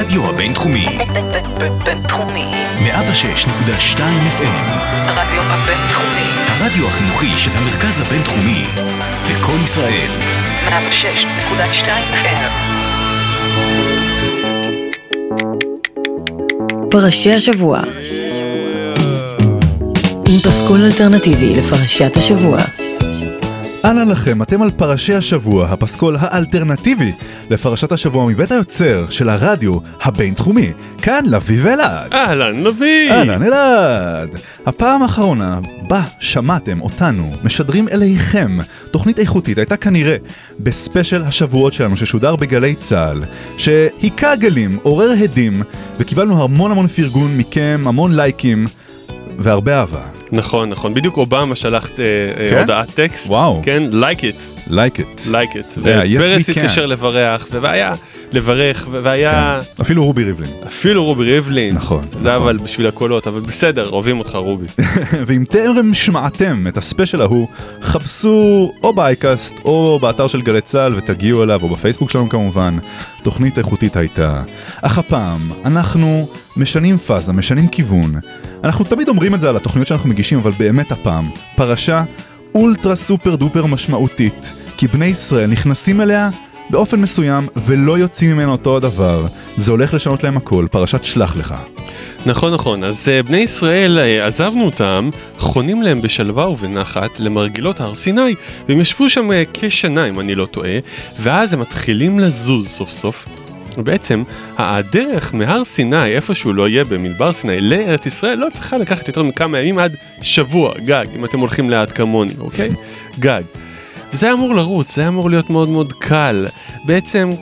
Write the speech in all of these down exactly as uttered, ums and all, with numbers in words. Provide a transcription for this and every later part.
הרדיו הבינתחומי. בינתחומי. מאה ושש נקודה שתיים אף אם. הרדיו הבינתחומי. הרדיו החינוכי של המרכז הבינתחומי. וכל ישראל. מאה ושש נקודה שתיים אף אם. פרשי השבוע. עם פסקול אלטרנטיבי לפרשת השבוע. אהלן לכם, אתם על פרשי השבוע, הפסקול האלטרנטיבי לפרשת השבוע מבית היוצר של הרדיו הבינתחומי. כאן לוי ואלעד. אהלן לוי. אהלן אלעד. הפעם האחרונה בה שמעתם אותנו משדרים אליכם תוכנית איכותית הייתה כנראה בספיישל השבועות שלנו ששודר בגלי צהל, שהיקה גלים, עורר הדים, וקיבלנו המון המון פרגון מכם, המון לייקים והרבה אהבה. נכון, נכון. בדיוק אובמה שלח כן? הודעת טקסט. וואו. כן, like it. like it. like it. Yeah, yes ופרס we can. התקשר לברך, והיה לברך, והיה... כן. אפילו רובי ריבלין. אפילו רובי ריבלין. נכון, זה נכון. אבל בשביל הקולות, אבל בסדר, אוהבים אותך רובי. ואם טרם שמעתם את הספיישל ההוא, חפשו או באייקאסט או באתר של גלי צהל ותגיעו אליו, או בפייסבוק שלנו כמובן. תוכנית איכותית הייתה. אך הפעם אנחנו משנים פאזה, משנים כיוון. אנחנו תמיד אומרים את זה על התוכניות שאנחנו מגישים, אבל באמת הפעם פרשה אולטרה סופר דופר משמעותית, כי בני ישראל נכנסים אליה באופן מסוים ולא יוצאים ממנו אותו הדבר. זה הולך לשנות להם הכל, פרשת שלח לך. נכון, נכון. אז uh, בני ישראל, uh, עזבנו אותם, חונים להם בשלווה ובנחת למרגילות הר סיני, והם ישבו שם uh, כשנה, אם אני לא טועה, ואז הם מתחילים לזוז סוף סוף. ובעצם, הדרך מהר סיני, איפשהו לא יהיה במדבר סיני, לארץ ישראל, לא צריכה לקחת יותר מכמה ימים עד שבוע, גג, אם אתם הולכים לאט כמוני, אוקיי? גג. וזה היה אמור לרוץ, זה היה אמור להיות מאוד מאוד קל. בעצם,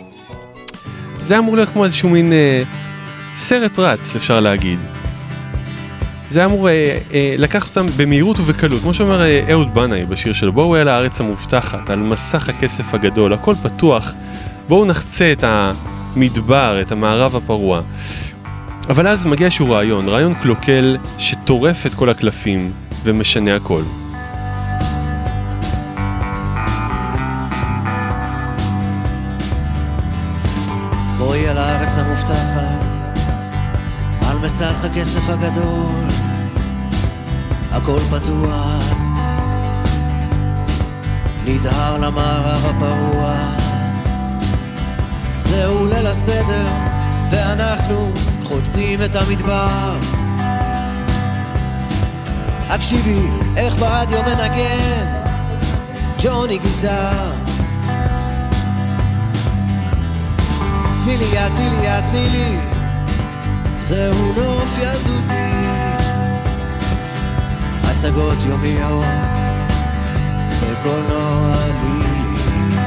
זה היה אמור להיות כמו איזשהו מין אה, סרט רץ, אפשר להגיד. זה היה אמור אה, אה, לקחת אותם במהירות ובקלות, כמו שאומר אה, אהוד בנאי בשיר שלו, בואו אל הארץ המובטחת, על מסך הכסף הגדול, הכל פתוח, בואו נחצה את המדבר, את המערב הפרוע. אבל אז מגיע איזשהו רעיון, רעיון קלוקל שטורף את כל הקלפים ומשנה הכל. בואי על הארץ המובטחת, על מסך הכסף הגדול, הכל פתוח, נדהר למערב הפרוע. זהו ליל הסדר, ואנחנו חוצים את המדבר. הקשיבי איך ברדיו מנגן ג'וני גיטר. תני לי יד, תני לי יד, תני לי, זהו נוף ילדותי. הצגות יומיות בקולנוע לילי,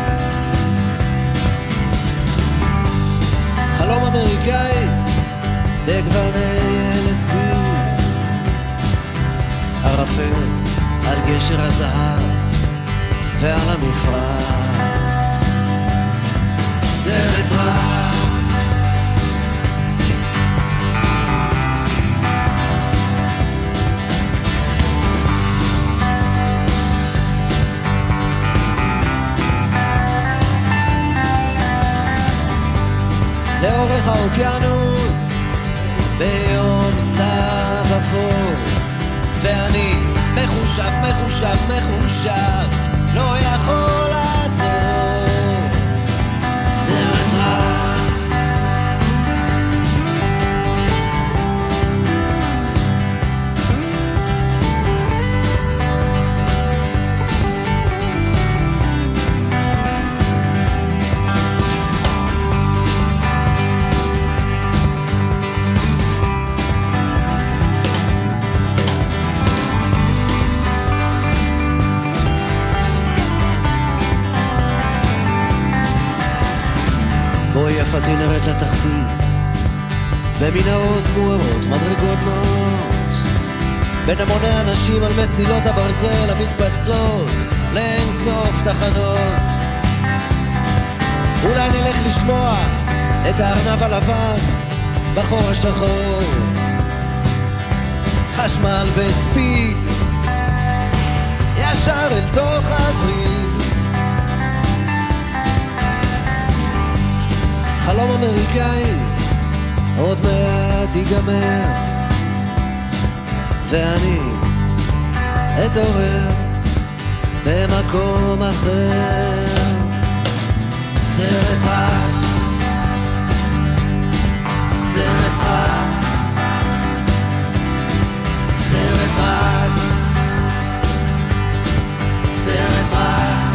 חלום אמריקאי בגווני אל אס די, ערפל על גשר הזהב ועל המפרץ, סרט רץ. לאורך האוקיינוס ביום סתיו אפור, ואני מחושב, מחושב, מחושב, לא יכול לעצור. סרט רץ. בואי יפתי נרד לתחתית, במנהרות מוארות, מדרגות נאות, בין המוני אנשים על מסילות הברזל המתפצלות לאין סוף תחנות. אולי נלך לשמוע את הארנב הלבן בחור השחור, חשמל וספיד ישר אל תוך הווריד. חלום אמריקאי עוד מעט ייגמר ואני אתעורר במקום אחר. סרט רץ, סרט רץ, סרט רץ, סרט רץ.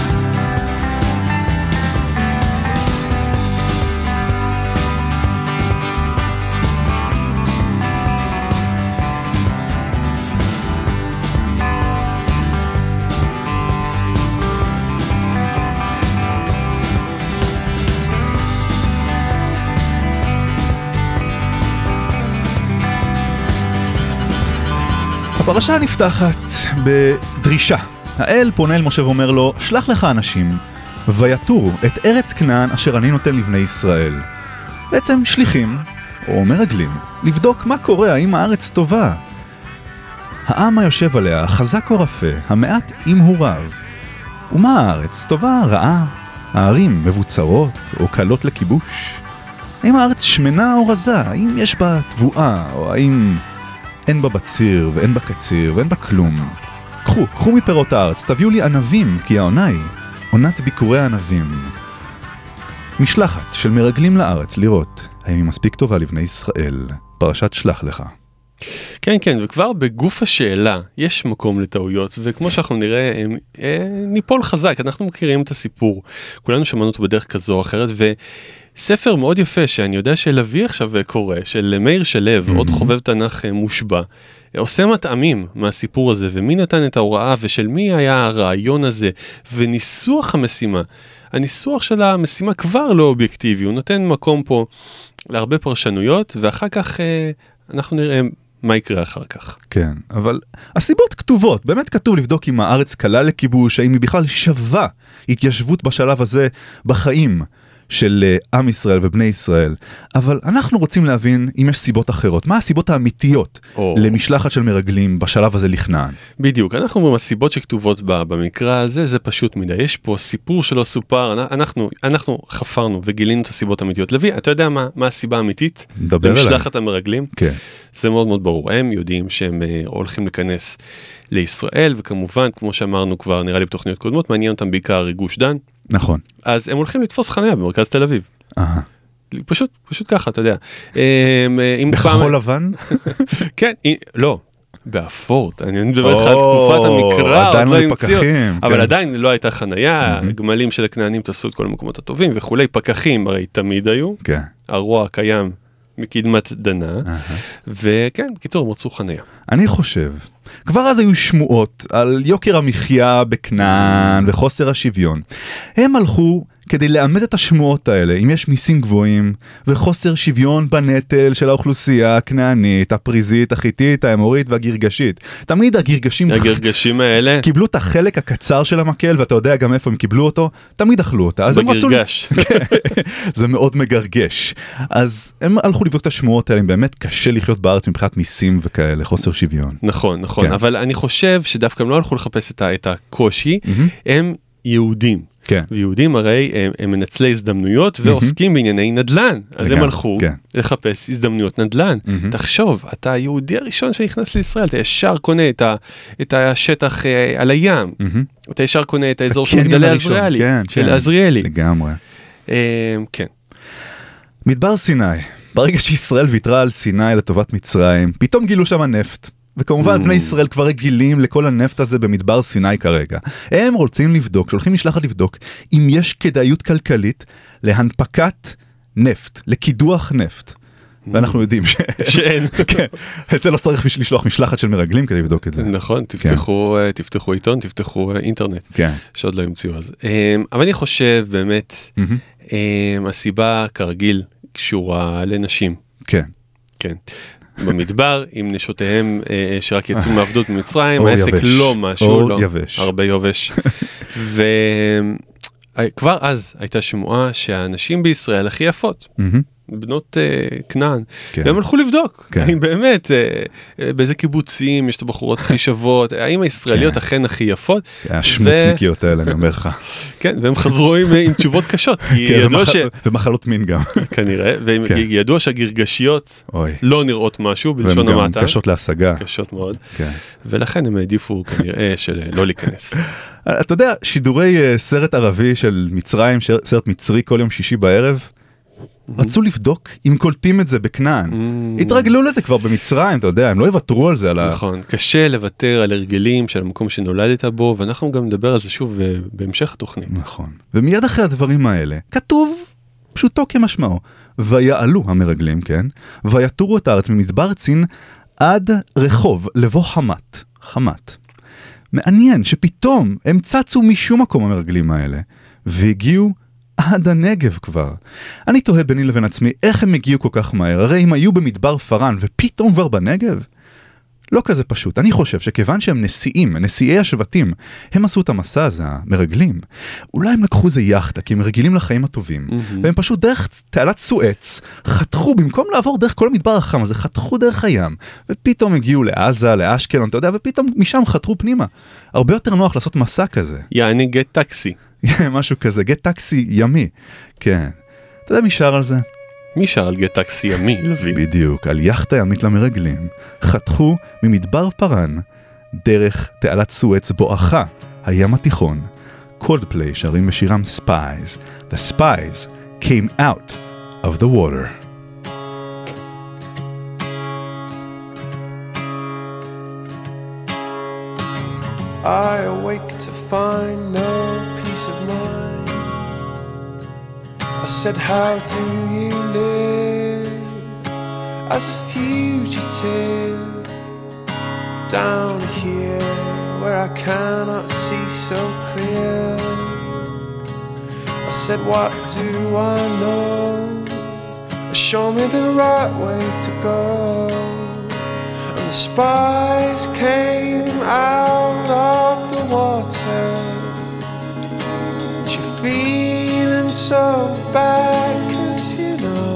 הפרשה נפתחת בדרישה. האל פונה אל משה ואומר לו, שלח לך אנשים ויתורו את ארץ כנען אשר אני נותן לבני ישראל. בעצם שליחים או מרגלים לבדוק מה קורה, האם הארץ טובה. העם היושב עליה חזק או רפה, המעט אם הוא רב. ומה הארץ? טובה, רעה? הערים מבוצרות או קלות לכיבוש? האם הארץ שמנה או רזה? האם יש בה תבואה או האם אין בה בציר ואין בה קציר ואין בה כלום? קחו, קחו מפירות הארץ, תביאו לי ענבים, כי העונה היא עונת ביקורי הענבים. משלחת של מרגלים לארץ לראות האם היא מספיק טובה לבני ישראל. פרשת שלח לך. כן, כן, וכבר בגוף השאלה יש מקום לטעויות, וכמו שאנחנו נראה, ניפול חזק, אנחנו מכירים את הסיפור. כולנו שמענו אותו בדרך כזו או אחרת, וספר מאוד יפה שאני יודע שלוי עכשיו קורא, של מאיר שלו, mm-hmm. עוד חובב תנ"ך מושבע, עושה מטעמים מהסיפור הזה, ומי נתן את ההוראה, ושל מי היה הרעיון הזה, וניסוח המשימה. הניסוח של המשימה כבר לא אובייקטיבי, הוא נותן מקום פה להרבה פרשנויות, ואחר כך אנחנו נראה מה יקרה אחר כך. כן, אבל הסיבות כתובות, באמת כתוב לבדוק אם הארץ קלה לכיבוש, האם היא בכלל שווה התיישבות בשלב הזה בחיים של עם ישראל ובני ישראל. אבל אנחנו רוצים להבין אם יש סיבות אחרות. מה הסיבות האמיתיות או... למשלחת של מרגלים בשלב הזה לכנען? בדיוק, אנחנו אומרים, הסיבות שכתובות במקרא הזה, זה פשוט מדי. יש פה סיפור שלא סופר, אנחנו, אנחנו חפרנו וגילינו את הסיבות האמיתיות. לוי, אתה יודע מה, מה הסיבה האמיתית למשלחת המרגלים? כן. זה מאוד מאוד ברור. הם יודעים שהם uh, הולכים להיכנס לישראל, וכמובן, כמו שאמרנו כבר, נראה לי בתוכניות קודמות, מעניין אותם בעיקר ריגוש דן. נכון. אז הם הולכים לתפוס חניה במרכז תל אביב. אהה. פשוט, פשוט ככה, אתה יודע. בכחול לבן? כן, לא, באפורט. אני מדבר לך על תקופת המקרא, עדיין לא פקחים. אבל עדיין לא הייתה חניה, גמלים של הכנענים תעשו את כל המקומות הטובים, וכולי פקחים הרי תמיד היו. כן. הרוע קיים מקדמת דנה, וכן, קיצור, הם רצו חניה. אני חושב, כבר אז היו שמועות על יוקר המחיה בכנען וחוסר השוויון. הם הלכו כדי לאמת את השמועות האלה, אם יש מיסים גבוהים וחוסר שוויון בנטל של האוכלוסייה הכנענית, הפריזית, החיתית, האמורית והגרגשית. תמיד הגרגשים... הגרגשים האלה... קיבלו את החלק הקצר של המקל, ואתה יודע גם איפה הם קיבלו אותו, תמיד אכלו אותה. בגרגש. זה מאוד מגרגש. אז הם הלכו לבדוק את השמועות האלה, אם באמת קשה לחיות בארץ מבחינת מיסים וכאלה, חוסר שוויון. נכון, נכון. אבל אני חושב שדווקא הם לא הלכו לחפש את הקושי, הם יהודים. כן. ויהודים הרי הם, הם מנצלי הזדמנויות ועוסקים בענייני נדל"ן. אז הם הלכו כן. לחפש הזדמנויות נדל"ן. תחשוב, אתה היהודי הראשון שנכנס לישראל, אתה ישר קונה את, ה, את השטח uh, על הים, אתה ישר קונה את האזור של מגדלי עזריאלי, כן, של כן, עזריאלי. לגמרי. Uh, כן. מדבר סיני, ברגע שישראל ויתרה על סיני לטובת מצרים, פתאום גילו שם נפט. וכמובן בני ישראל כבר רגילים לכל הנפט הזה במדבר סיני כרגע. הם רוצים לבדוק, שולחים משלחת לבדוק, אם יש כדאיות כלכלית להנפקת נפט, לקידוח נפט. ואנחנו יודעים ש... שאין. כן, את זה לא צריך בשביל לשלוח משלחת של מרגלים כדי לבדוק את זה. נכון, תפתחו, תפתחו עיתון, תפתחו אינטרנט, כן. שעוד לא ימצאו אז. אבל אני חושב באמת, הסיבה כרגיל קשורה לנשים. כן. כן. במדבר, עם נשותיהם שרק יצאו מעבדות ממצרים, העסק לא משהו, לא, הרבה יובש. וכבר אז הייתה שמועה שהנשים בישראל הכי יפות. בנות אה, כנען, כן. והם הלכו לבדוק, כן. האם באמת, אה, אה, באיזה קיבוצים יש את הבחורות הכי שוות, האם הישראליות כן. אכן הכי יפות. השמוצניקיות האלה, אני אומר לך. כן, והם חזרו עם, עם תשובות קשות, כי כן, ידוע ומח... ש... ומחלות מין גם. כנראה, וידוע שהגרגשיות אוי. לא נראות משהו, בלשון והן גם המעטה. קשות להשגה. קשות מאוד, כן. ולכן הם העדיפו כנראה של לא להיכנס. אתה יודע, שידורי uh, סרט ערבי של מצרים, ש... סרט מצרי כל יום שישי בערב, רצו לבדוק אם קולטים את זה בכנען. התרגלו לזה כבר במצרים, אתה יודע, הם לא יוותרו על זה. על ה... נכון, קשה לוותר על הרגלים של המקום שנולדת בו, ואנחנו גם נדבר על זה שוב בהמשך התוכנית. נכון. ומיד אחרי הדברים האלה, כתוב, פשוטו כמשמעו, ויעלו המרגלים, כן? ויתורו את הארץ ממדבר צין עד רחוב לבוא חמת. חמת. מעניין שפתאום הם צצו משום מקום המרגלים האלה, והגיעו עד הנגב כבר. אני תוהה ביני לבין עצמי, איך הם הגיעו כל כך מהר? הרי הם היו במדבר פרן, ופתאום כבר בנגב? לא כזה פשוט. אני חושב שכיוון שהם נשיאים, נשיאי השבטים, הם עשו את המסע הזה, המרגלים. אולי הם לקחו זה יחדה, כי הם רגילים לחיים הטובים, mm-hmm. והם פשוט דרך תעלת סואץ, חתכו, במקום לעבור דרך כל המדבר החם הזה, חתכו דרך הים, ופתאום הגיעו לעזה, לאשקלון, אתה יודע, ופתאום משם חתרו פנימה. הרבה יותר נוח לעשות מסע כזה. יעני גט טקסי. משהו כזה, גט טקסי ימי. כן. אתה יודע מי שר על זה? מי שר על גט טקסי ימי, לוי? בדיוק, על יחדה ימית למרגלים. חתכו ממדבר פרן, דרך תעלת סואץ בואכה הים התיכון. קולדפליי שרים בשירם Spies. The spies came out of the water. I awake to find no peace of mind. I said, how do you live as a fugitive down here where I cannot see so clear? I said, what do I know? Show me the right way to go. And the spies came out of the water. And you're feeling so bad, 'cause you know.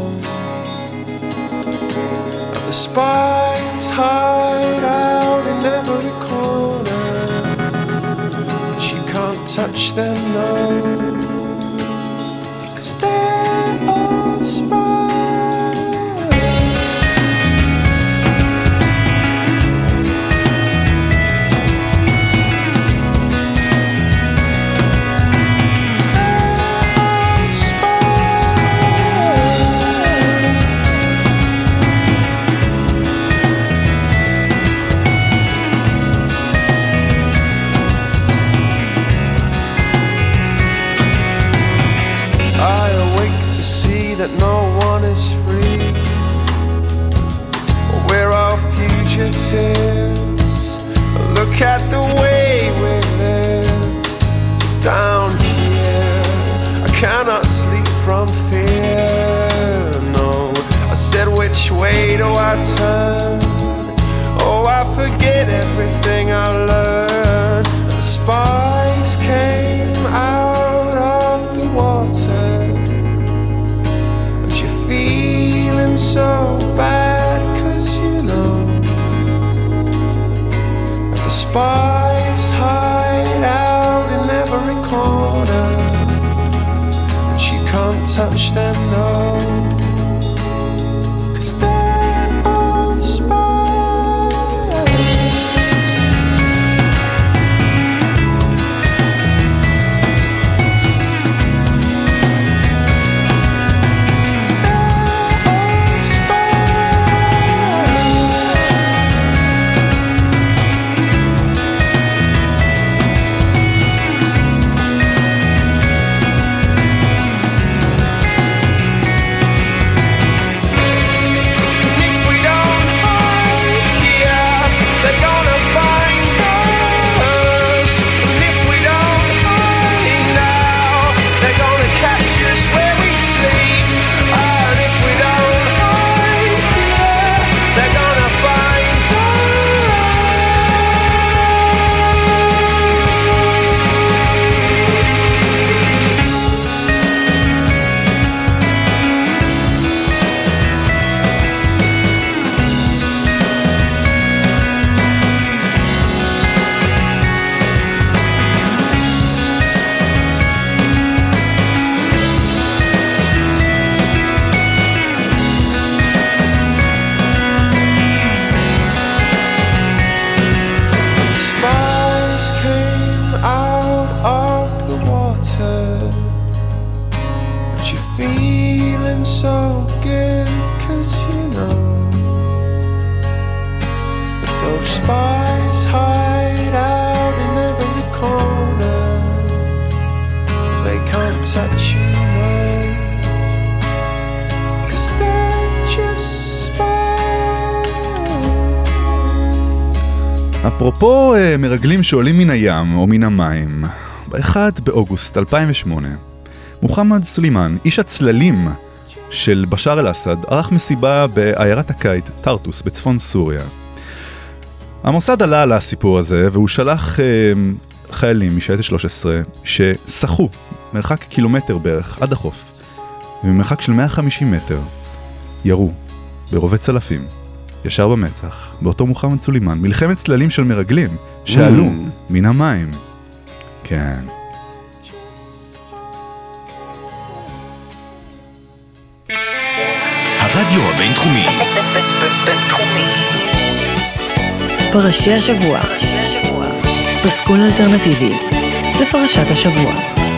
And the spies hide out in every corner, but you can't touch them, no. 'Cause they're all spies. That no one is free. We're all fugitives. Look at the way we live down here. I cannot sleep from fear. No, I said, which way do I turn? Oh, I forget everything I learned. And the spies came out of the water. So bad, 'cause you know. And the spies hide out in every corner, but you can't touch them, no. 'Cause they're all spies. touch you know, 'cause they're just spies. אפרופו מרגלים שעולים מן הים או מן המים, ב-אחד באוגוסט אלפיים ושמונה, מוחמד סלימאן, איש הצללים של בשאר אל-אסד, ערך מסיבה בעיירת הקיט טרטוס בצפון סוריה. המוסד עלה על הסיפור הזה והוא שלח אה, חיילים משייטת שלוש עשרה ששחו מרחק קילומטר בערך עד החוף, וממרחק של מאה וחמישים מטר ירו ברובי צלפים ישר במצח באותו מוחמד סלימאן, מלחמת צללים של מרגלים שעלו mm. מן המים. כן. הרדיו הבינתחומי. בינתחומי. פרשי השבוע. פסקול אלטרנטיבי לפרשת השבוע.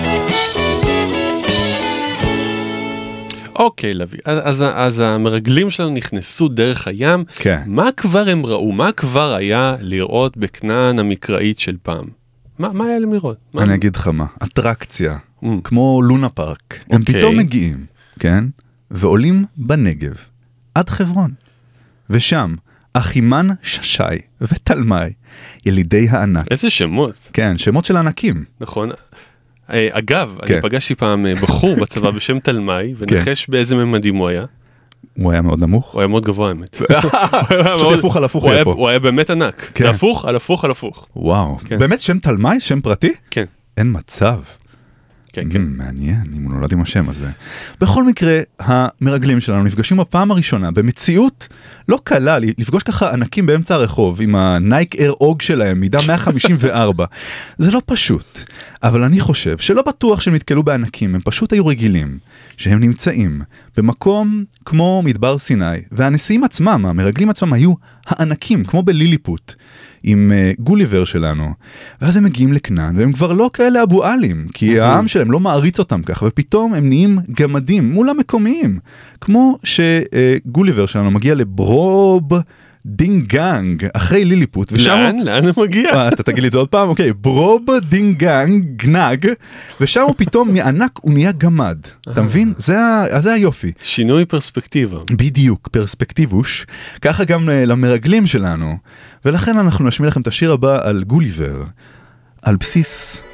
אוקיי, לוי. אז, אז המרגלים שלנו נכנסו דרך הים. כן. מה כבר הם ראו? מה כבר היה לראות בכנען המקראית של פעם? מה, מה היה להם לראות? מה? אני אגיד לך מה, אטרקציה, Mm. כמו לונה פארק. הם אוקיי. פתאום מגיעים, כן? ועולים בנגב, עד חברון. ושם, אחימן ששי ותלמי, ילידי הענק. איזה שמות. כן, שמות של ענקים. נכון. אה, אגב, כן. אני פגשתי פעם אה, בחור בצבא בשם תלמי, ונחש באיזה ממדים הוא היה. הוא היה מאוד נמוך. הוא היה מאוד גבוה, האמת. פשוט הפוך על הפוך הוא היה היה- פה. הוא היה באמת ענק. כן. זה הפוך על הפוך על הפוך. וואו, כן. באמת שם תלמי, שם פרטי? כן, אין מצב. כן, כן. Mm, מעניין, אם הוא נולד עם השם הזה. בכל מקרה, המרגלים שלנו נפגשים בפעם הראשונה במציאות לא קלה, לפגוש ככה ענקים באמצע הרחוב עם הנייק אייר אוג שלהם, מידה מאה חמישים וארבע. זה לא פשוט, אבל אני חושב שלא בטוח שהם נתקלו בענקים, הם פשוט היו רגילים, שהם נמצאים במקום כמו מדבר סיני, והנשיאים עצמם, המרגלים עצמם היו הענקים, כמו בליליפוט. עם uh, גוליבר שלנו, ואז הם מגיעים לכנען, והם כבר לא כאלה אבואלים, כי העם שלהם לא מעריץ אותם ככה, ופתאום הם נהיים גמדים מול המקומיים, כמו שגוליבר שלנו מגיע לברוב דינגנג, אחרי ליליפוט, ושם לאן? הוא... לאן הוא מגיע? אה, אתה תגיד לי את זה עוד פעם? אוקיי, ברוב דינגנג, גנג, ושם הוא פתאום מענק הוא נהיה גמד, אתה מבין? זה, ה... זה היופי. שינוי פרספקטיבה. בדיוק, פרספקטיבוש, ככה גם למרגלים שלנו, ולכן אנחנו נשמיע לכם את השיר הבא על גוליבר, על בסיס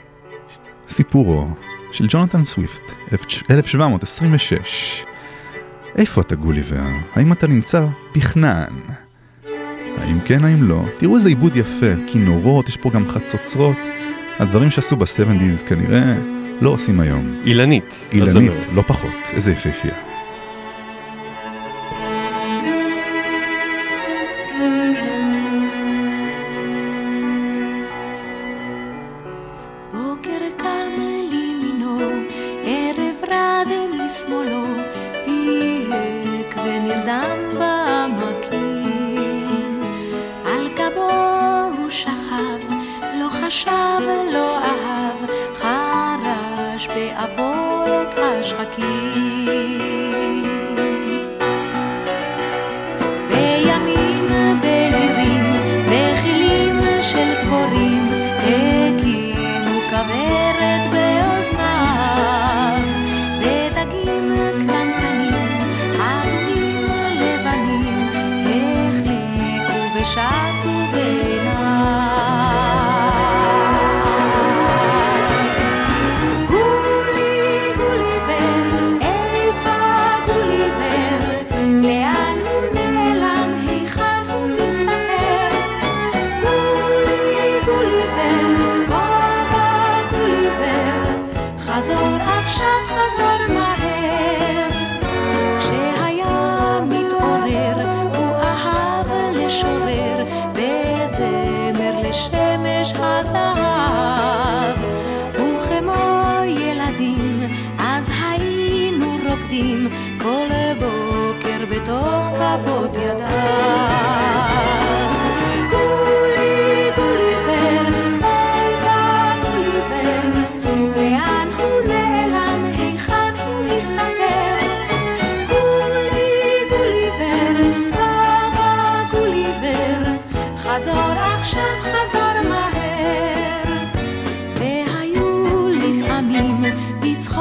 סיפורו של ג'ונתן סוויפט, אלף שבע מאות עשרים ושש. איפה אתה גוליבר? האם אתה נמצא בכנען? האם כן, האם לא? תראו איזה עיבוד יפה, כינורות, יש פה גם חצוצרות, הדברים שעשו ב-שבעים כנראה לא עושים היום. אילנית. אילנית, הזמרת. לא פחות, איזה יפהפייה. בוקר קם לימינו, ערב רד משמאלו, פיהק ונרדם בעמקים. על גבו הוא שכב, לא חשב, לא אהב, חרש באפו את השחקים. בימים בהירים, בחילים של דבורים, הקימו כברת באוזניו, ודגים קטנטנים, אדומים לבנים, החליקו ושטו בעיניו. גולי, גוליבר, איפה גוליבר? לאן הוא נעלם? היכן הוא מסתתר? גולי, גוליבר, בוא גוליבר, חזור עכשיו, חזור מהר. כשהיה מתעורר הוא אהב לשורר בזמר לשמש הזהב, וכמו ילדים אז היינו רוקדים כל בוקר בתוך כפות ידיו. גולי, גוליבר, איפה גוליבר? לאן הוא נעלם? היכן הוא מסתתר? גולי, גוליבר, למה גוליבר? חזור עכשיו, חזור מהר. והיו לפעמים בצחוק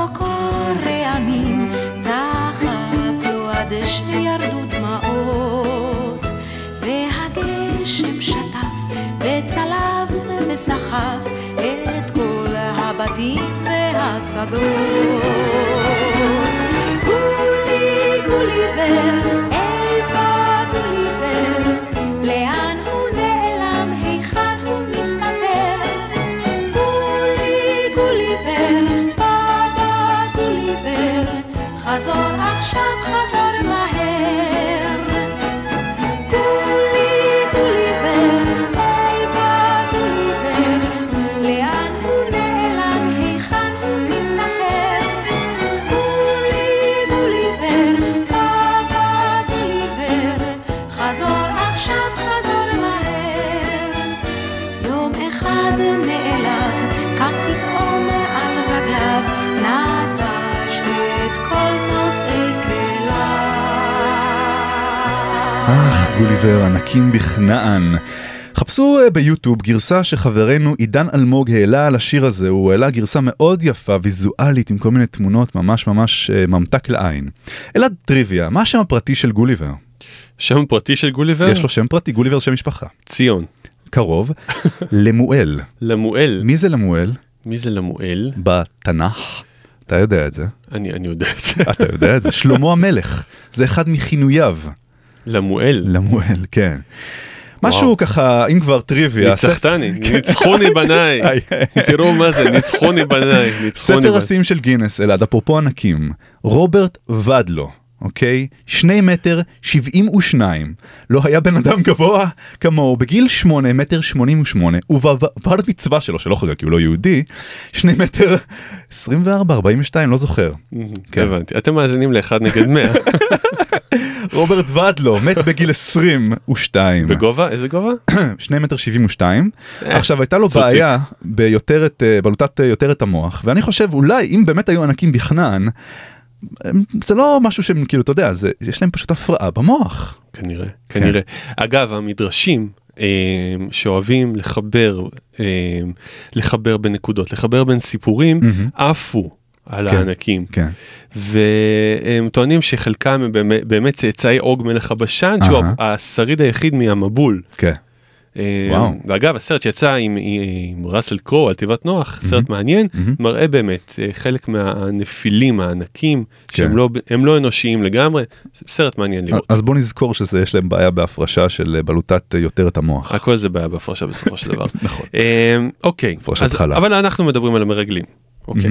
שדות. גולי גוליבר, איפה גוליבר? לאן הוא נעלם? היכן הוא מסתתר? גולי גוליבר, בבא גוליבר, חזור עכשיו, חזור מהר. גולי גוליבר, איפה גוליבר? לאן הוא נעלם? היכן הוא מסתתר? גולי גוליבר, בבא גוליבר, חזור עכשיו, חזור מהר. יום אחד נעלב, קם פתאום על רגליו, נטש את כל נושאי כליו. אך, גוליבר, ענקים בכנען. חפשו אה, ביוטיוב גרסה שחברנו עידן אלמוג העלה על השיר הזה. הוא העלה גרסה מאוד יפה, ויזואלית, עם כל מיני תמונות ממש ממש אה, ממתק לעין. אלא טריוויה, מה השם הפרטי של גוליבר? שם פרטי של גוליבר? יש לו שם פרטי, גוליבר שם משפחה. ציון. קרוב, למואל. למואל. מי זה למואל? מי זה למואל? בתנ"ך. אתה יודע את זה. אני, אני יודע את זה. אתה יודע את זה. שלמה המלך. זה אחד מכינוייו. למואל. למואל, כן. משהו ככה, אם כבר טריוויה. ניצחתני, ניצחוני בניי. תראו מה זה, ניצחוני בניי. ספר השיאים של גינס, אלעד, אפרופו ענקים. רוברט ודלו, אוקיי? שני מטר שבעים ושניים. לא היה בן אדם גבוה כמוהו. בגיל שמונה מטר שמונים ושמונה, ובבר מצווה שלו, שלא חגג, כי הוא לא יהודי, שני מטר עשרים וארבע, ארבעים ושתיים, לא זוכר. הבנתי. אתם מאזינים לאחד נגד מאה. רוברט ודלו, מת בגיל עשרים ושתיים. בגובה? איזה גובה? שני מטר שבעים ושתיים. עכשיו, הייתה לו בעיה ביותרת, בלוטת יותרת המוח, ואני חושב, אולי, אם באמת היו ענקים בכנען, זה לא משהו שהם, כאילו, אתה יודע, זה, יש להם פשוט הפרעה במוח. כנראה, כנראה. אגב, המדרשים שאוהבים לחבר, לחבר בין נקודות, לחבר בין סיפורים, עפו על הענקים. כן. והם טוענים שחלקם הם באמת צאצאי אוג מלך הבשן, שהוא השריד היחיד מהמבול. כן. וואו. ואגב, הסרט שיצא עם, עם ראסל קרו על תיבת נוח, סרט מעניין, מראה באמת חלק מהנפילים הענקים, שהם לא, הם לא אנושיים לגמרי, סרט מעניין לראות. אז בוא נזכור שזה יש להם בעיה בהפרשה של בלוטת יותרת המוח. הכל זה בעיה בהפרשה בסופו של דבר. נכון. אוקיי, אבל אנחנו מדברים על המרגלים. אוקיי.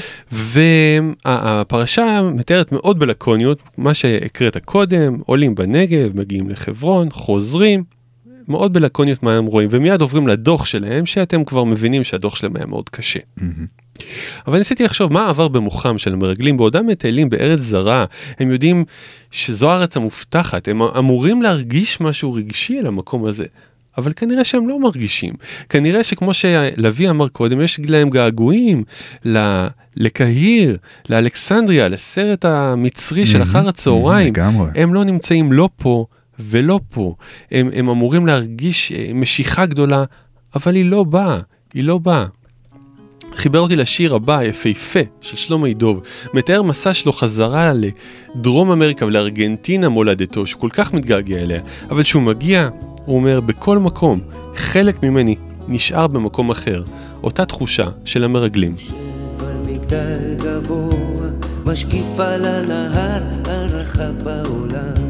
והפרשה מתארת מאוד בלקוניות, מה שהקראת קודם, עולים בנגב, מגיעים לחברון, חוזרים, מאוד בלקוניות מה הם רואים, ומיד עוברים לדוח שלהם, שאתם כבר מבינים שהדוח שלהם היה מאוד קשה. אבל ניסיתי לחשוב מה עבר במוחם של המרגלים, בעודם מטיילים בארץ זרה, הם יודעים שזו הארץ המובטחת, הם אמורים להרגיש משהו רגשי על המקום הזה, אבל כנראה שהם לא מרגישים. כנראה שכמו שלוי אמר קודם, יש להם געגועים לקהיר, לאלכסנדריה, לסרט המצרי של אחר הצהריים. הם לא נמצאים לא פה ולא פה. הם, הם אמורים להרגיש משיכה גדולה, אבל היא לא באה, היא לא באה. חיבר אותי לשיר הבא, יפהפה, של שלמה ידוב, מתאר מסע שלו חזרה לדרום אמריקה ולארגנטינה מולדתו, שכל כך מתגעגע אליה, אבל שהוא מגיע, הוא אומר, בכל מקום, חלק ממני נשאר במקום אחר, אותה תחושה של המרגלים. על מגדל גבוה, משקיף על הנהר הרחב בעולם,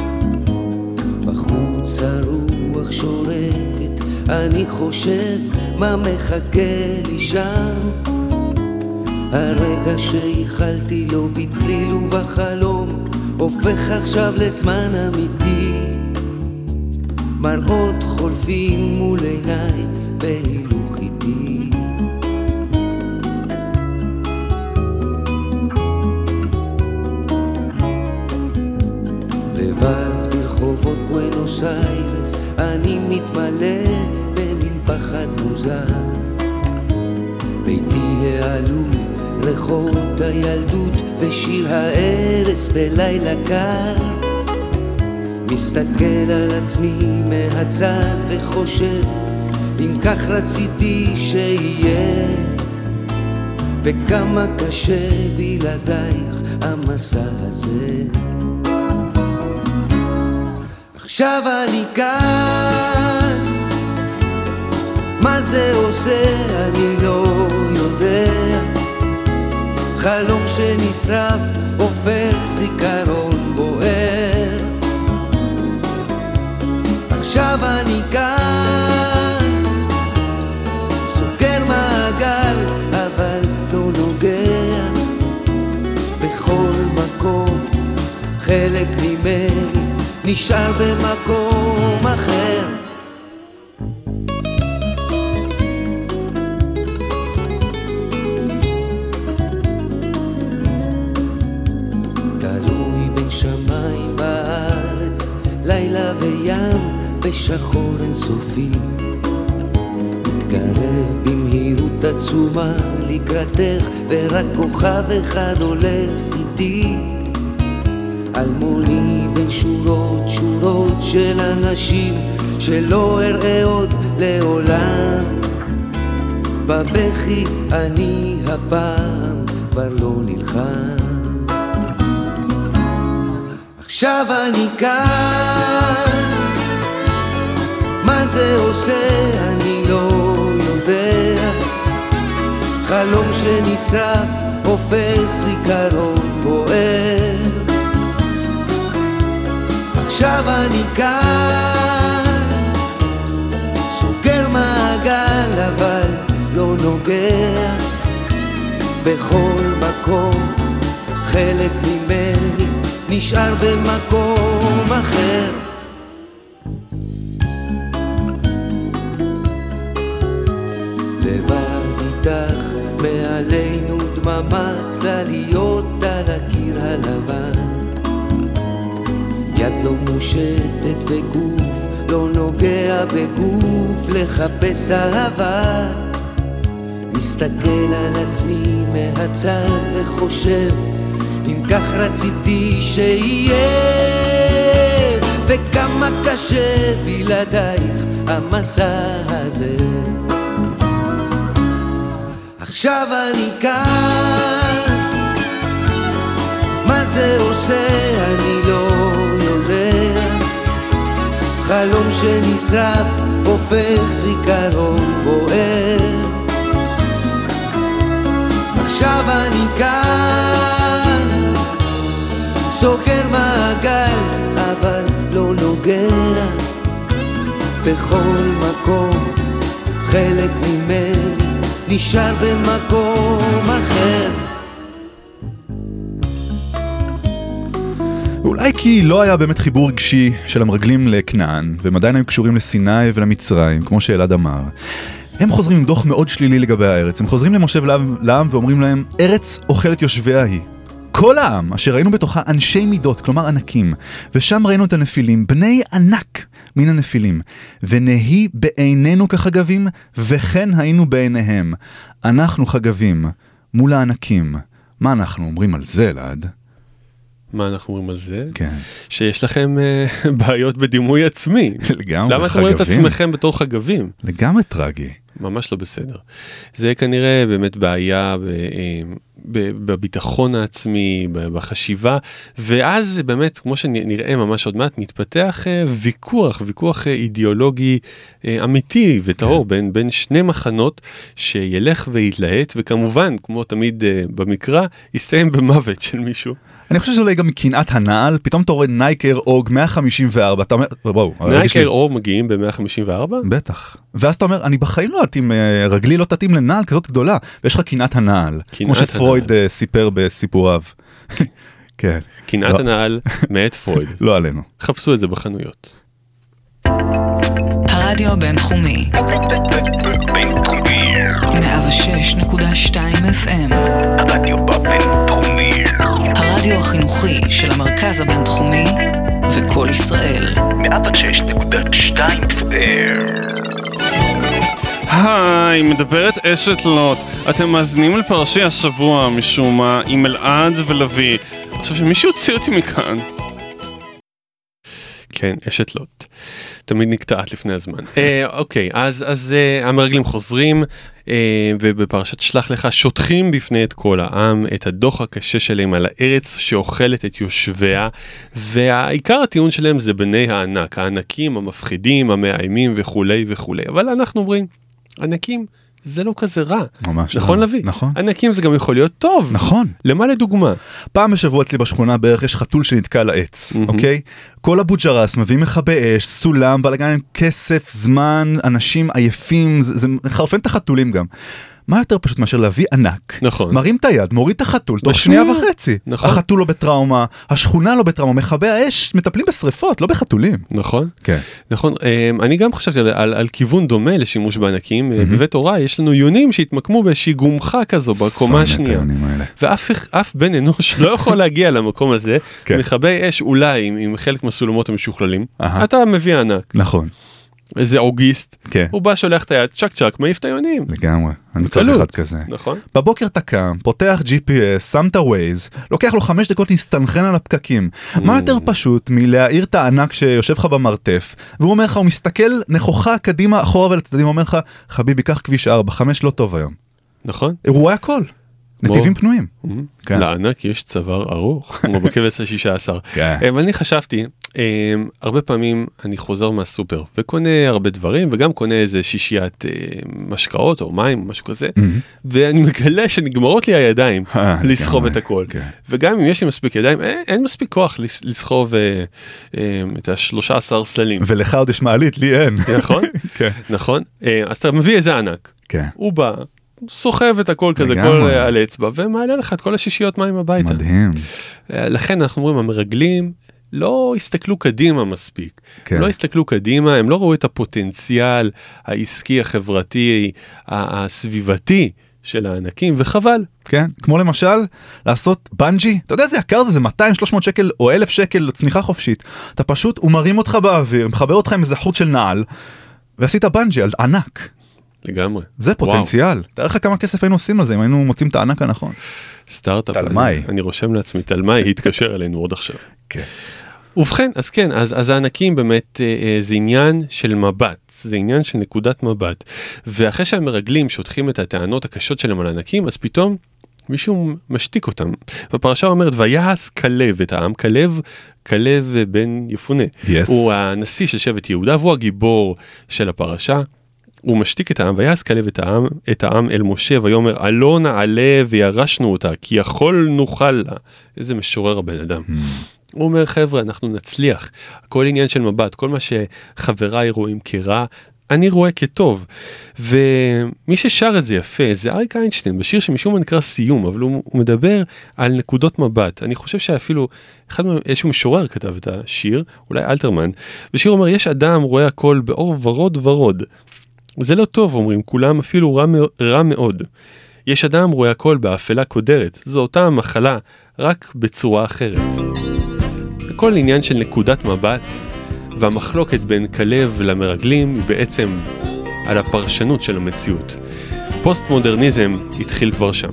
בחוץ הרוח שורקת, אני חושב מה מחכה לי שם, הרגע שהיחלתי לו בצליל ובחלום, הופך עכשיו לזמן אמיתי, מראות חולפים מול עיניי בהילוך איתי. לבד ברחובות בואנוס איירס אני מתמלא במין פחד מוזר, ביתי העלוב, ריחות הילדות ושיר הערס בלילה קר, מסתכל על עצמי מהצד וחושב אם כך רציתי שיהיה, וכמה קשה בלעדייך המסע הזה. עכשיו אני כאן, מה זה עושה אני לא יודע, חלום שנשרף הופך זיכרון בוער. עכשיו אני כאן סוגר מעגל אבל לא נוגע בכל מקום, חלק ממני נשאר במקום אחר. תלוי בין שמיים בארץ, לילה וים בשחור אינסופי, מתקרב במהירות עצומה לקראתך, ורק כוכב אחד הולך איתי. אלמוני בין שורות שורות של אנשים שלא אראה עוד לעולם, בבכי אני הפעם כבר לא נלחם. עכשיו אני כאן, מה זה עושה אני לא יודע, חלום שנשרף הופך זיכרון בוער. עכשיו אני כאן סוגר מעגל אבל לא נוגע בכל מקום, חלק ממני נשאר במקום אחר. לבד איתך מעלינו דממה צליות על הקיר הלבן, יד לא מושטת וגוף לא נוגע בגוף לחפש אהבה. מסתכל על עצמי מהצד וחושב אם כך רציתי שיהיה, וכמה קשה בלעדייך המסע הזה. עכשיו אני כאן, מה זה עושה אני לא יודע, חלום שנשרף הופך זיכרון בוער. עכשיו אני כאן סוגר מעגל אבל לא נוגע בכל מקום, חלק ממני נשאר במקום אחר. אולי כי לא היה באמת חיבור רגשי של המרגלים לכנען, והם עדיין היו קשורים לסיני ולמצרים, כמו שאלעד אמר. הם חוזרים עם דוח מאוד שלילי לגבי הארץ. הם חוזרים למשה ולעם ואומרים להם, ארץ אוכלת יושביה היא. כל העם אשר ראינו בתוכה אנשי מידות, כלומר ענקים, ושם ראינו את הנפילים, בני ענק מן הנפילים, ונהי בעינינו כחגבים, וכן היינו בעיניהם. אנחנו חגבים מול הענקים. מה אנחנו אומרים על זה, אלעד? מה אנחנו אומרים על זה? כן. שיש לכם uh, בעיות בדימוי עצמי. לגמרי, למה אתם רואים את עצמכם בתור חגבים? לגמרי טרגי. ממש לא בסדר. זה כנראה באמת בעיה ב, בביטחון העצמי, בחשיבה, ואז באמת, כמו שנראה ממש עוד מעט, מתפתח ויכוח, ויכוח אידיאולוגי אמיתי וטהור בין, בין שני מחנות שילך ויתלהט, וכמובן, כמו תמיד במקרא, יסתיים במוות של מישהו. אני חושב שזה אולי גם מקנאת הנעל, פתאום אתה רואה נייקר אורג מאה חמישים וארבע, אתה אומר, בואו. נייקר אורג מגיעים ב-מאה חמישים וארבע? בטח. ואז אתה אומר, אני בחיים לא תתאים, רגלי לא תתאים לנעל כזאת גדולה, ויש לך קנאת הנעל, כמו שפרויד סיפר בסיפוריו. כן. קנאת הנעל מאת פרויד. לא עלינו. חפשו את זה בחנויות. הרדיו הבינתחומי. בינתחומי. מאה ושש נקודה שתיים אף אם. הרדיו בבינתחומי. הרדיו החינוכי של המרכז הבינתחומי וכל ישראל. מאה ושש נקודה שתיים אף אם. היי, מדברת אשת לוט. אתם מאזינים לפרשי השבוע משום מה עם אלעד ולוי. עכשיו שמישהו הוציא אותי מכאן. כן, אשת לוט. תמיד נקטעת לפני הזמן. אה, אוקיי, אז, אז אה, המרגלים חוזרים, אה, ובפרשת שלח לך שוטחים בפני את כל העם, את הדוח הקשה שלהם על הארץ שאוכלת את יושביה, והעיקר הטיעון שלהם זה בני הענק, הענקים, המפחידים, המאיימים וכולי וכולי. אבל אנחנו אומרים, ענקים זה לא כזה רע. ממש נכון לא. לוי? נכון. ענקים זה גם יכול להיות טוב. נכון. למה לדוגמה? פעם בשבוע אצלי בשכונה בערך יש חתול שנתקע לעץ, אוקיי? כל הבוג'רס מביאים מכבי אש, סולם, בלגן עם כסף, זמן, אנשים עייפים, זה, זה מחרפן את החתולים גם. מה יותר פשוט מאשר להביא ענק, נכון. מרים את היד, מוריד את החתול, תוך בשנייה. שנייה וחצי. נכון. החתול לא בטראומה, השכונה לא בטראומה, מכבי האש מטפלים בשריפות, לא בחתולים. נכון? כן. נכון, אני גם חשבתי על, על, על כיוון דומה לשימוש בענקים. בבית הוריי יש לנו יונים שהתמקמו באיזושהי גומחה כזו בקומה השנייה. ואף אף בן אנוש לא יכול להגיע למקום הזה, כן. מכבי אש אולי עם, עם חלק מהסולמות המשוכללים. אתה מביא ענק. נכון. איזה אוגיסט, כן. הוא בא שולח את היד, צ'ק צ'ק, מעיף את היונים. לגמרי, אני צריך אחד כזה. נכון. בבוקר אתה קם, פותח ג'י פי אס, שם את הווייז, לוקח לו חמש דקות להסתנכרן על הפקקים. מה יותר פשוט מלהעיר את הענק שיושב לך במרתף, והוא אומר לך, הוא מסתכל נכוחה קדימה, אחורה ולצדדים, הוא אומר לך, חביבי, קח כביש ארבע, חמש לא טוב היום. נכון. הוא רואה הכל. נתיבים פנויים. לענק יש צוואר ארוך, כמו בכבש ה-שישה עשר. אבל אני חשבתי, הרבה פעמים אני חוזר מהסופר וקונה הרבה דברים וגם קונה איזה שישיית משקאות או מים, משהו כזה, ואני מגלה שנגמרות לי הידיים לסחוב את הכל. וגם אם יש לי מספיק ידיים, אין מספיק כוח לסחוב את ה-שלושה עשר סללים. ולך עוד יש מעלית, לי אין. נכון? נכון. אז אתה מביא איזה ענק. הוא בא. סוחב את הכל כזה, כל על אצבע, ומעלה לך את כל השישיות מים הביתה. מדהים. לכן אנחנו אומרים, המרגלים לא הסתכלו קדימה מספיק. כן. לא הסתכלו קדימה, הם לא ראו את הפוטנציאל העסקי, החברתי, הסביבתי של הענקים, וחבל. כן, כמו למשל, לעשות בנג'י, אתה יודע איזה יקר זה, זה מאתיים שלוש מאות שקל או אלף שקל צניחה חופשית. אתה פשוט, הוא מרים אותך באוויר, מחבר אותך עם איזה חוט של נעל, ועשית בנג'י על ענק. לגמרי. זה פוטנציאל. תראה לך כמה כסף היינו עושים על זה, אם היינו מוצאים את הענק הנכון. סטארט-אפ. תלמי. אני רושם לעצמי, תלמי, התקשר אלינו עוד עכשיו. כן. ובכן, אז כן, אז, אז הענקים באמת אה, זה עניין של מבט, זה עניין של נקודת מבט. ואחרי שהמרגלים שותחים את הטענות הקשות שלהם על הענקים, אז פתאום מישהו משתיק אותם. בפרשה אומרת, ויעש כלב את העם, כלב, כלב בן יפונה. Yes. הוא הנשיא של שבט יהודה, והוא הגיבור של הפרשה. הוא משתיק את העם, ויעש כלב את העם, את העם אל משה, ויאמר, עלה נעלה וירשנו אותה, כי יכול נוכל לה. איזה משורר הבן אדם. Mm. הוא אומר, חבר'ה, אנחנו נצליח. כל עניין של מבט, כל מה שחבריי רואים כרע, אני רואה כטוב. ומי ששר את זה יפה, זה אריק איינשטיין, בשיר שמשום מה נקרא סיום, אבל הוא, הוא מדבר על נקודות מבט. אני חושב שאפילו, אחד מהם, איזשהו משורר כתב את השיר, אולי אלתרמן, בשיר אומר, יש אדם רואה הכל באור ורוד ורוד. זה לא טוב, אומרים, כולם אפילו רע, רע מאוד. יש אדם רואה הכל באפלה קודרת, זו אותה המחלה, רק בצורה אחרת. הכל עניין של נקודת מבט, והמחלוקת בין כלב למרגלים היא בעצם על הפרשנות של המציאות. פוסט-מודרניזם התחיל כבר שם.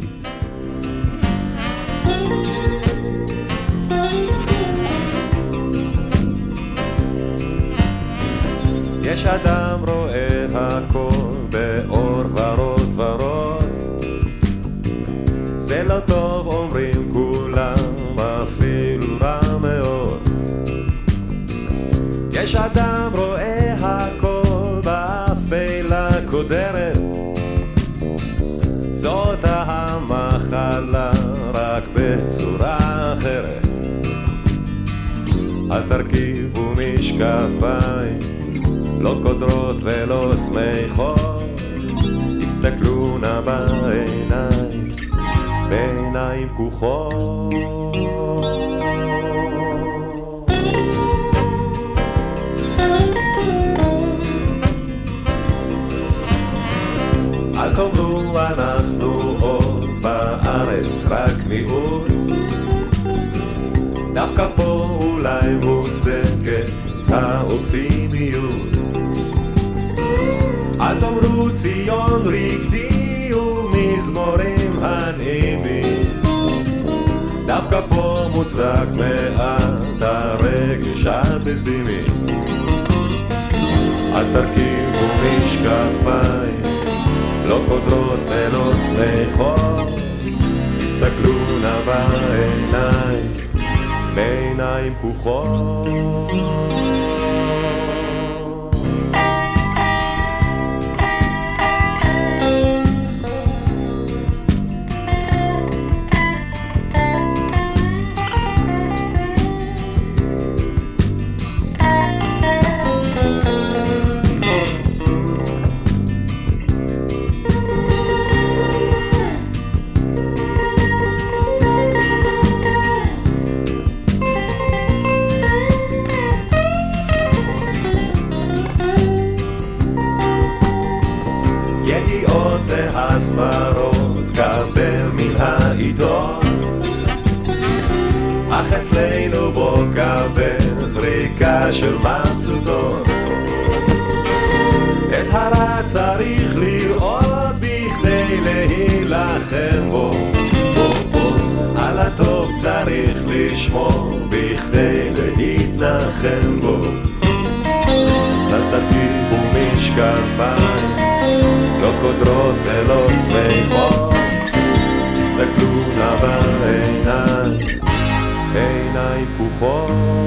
יש אדם רואה הכל באור ורוד ורוד, זה לא טוב אומרים כולם, אפילו רע מאוד. יש אדם רואה הכל באפלה קודרת, זאת המחלה רק בצורה אחרת. התרכיב ומשקפיים, לא קודרות ולא שמחות, הסתכלו נא בעיניים, בעיניים פקוחות. אל תאמרו אנחנו עוד בארץ רק מיעוט, דווקא פה אולי מוצדקת האופטימיות. אל תאמרו ציון רקדי ומזמורים הנעימים, דווקא פה מוצדק מעט הרגש הפסימי. אל תרכיבו משקפיים, לא קודרות ולא שמחות, הסתכלו נא בעיניים, בעיניים פקוחות. שתיקה של מבסוטות. את הרע צריך לראות בכדי להילחם בו, בו, בו. על הטוב צריך לשמור בכדי להתנחם בו. אז אל תרכיבו משקפיים, לא קודרות ולא שמחות, תסתכלו נא בעיניים, בעיניים פקוחות.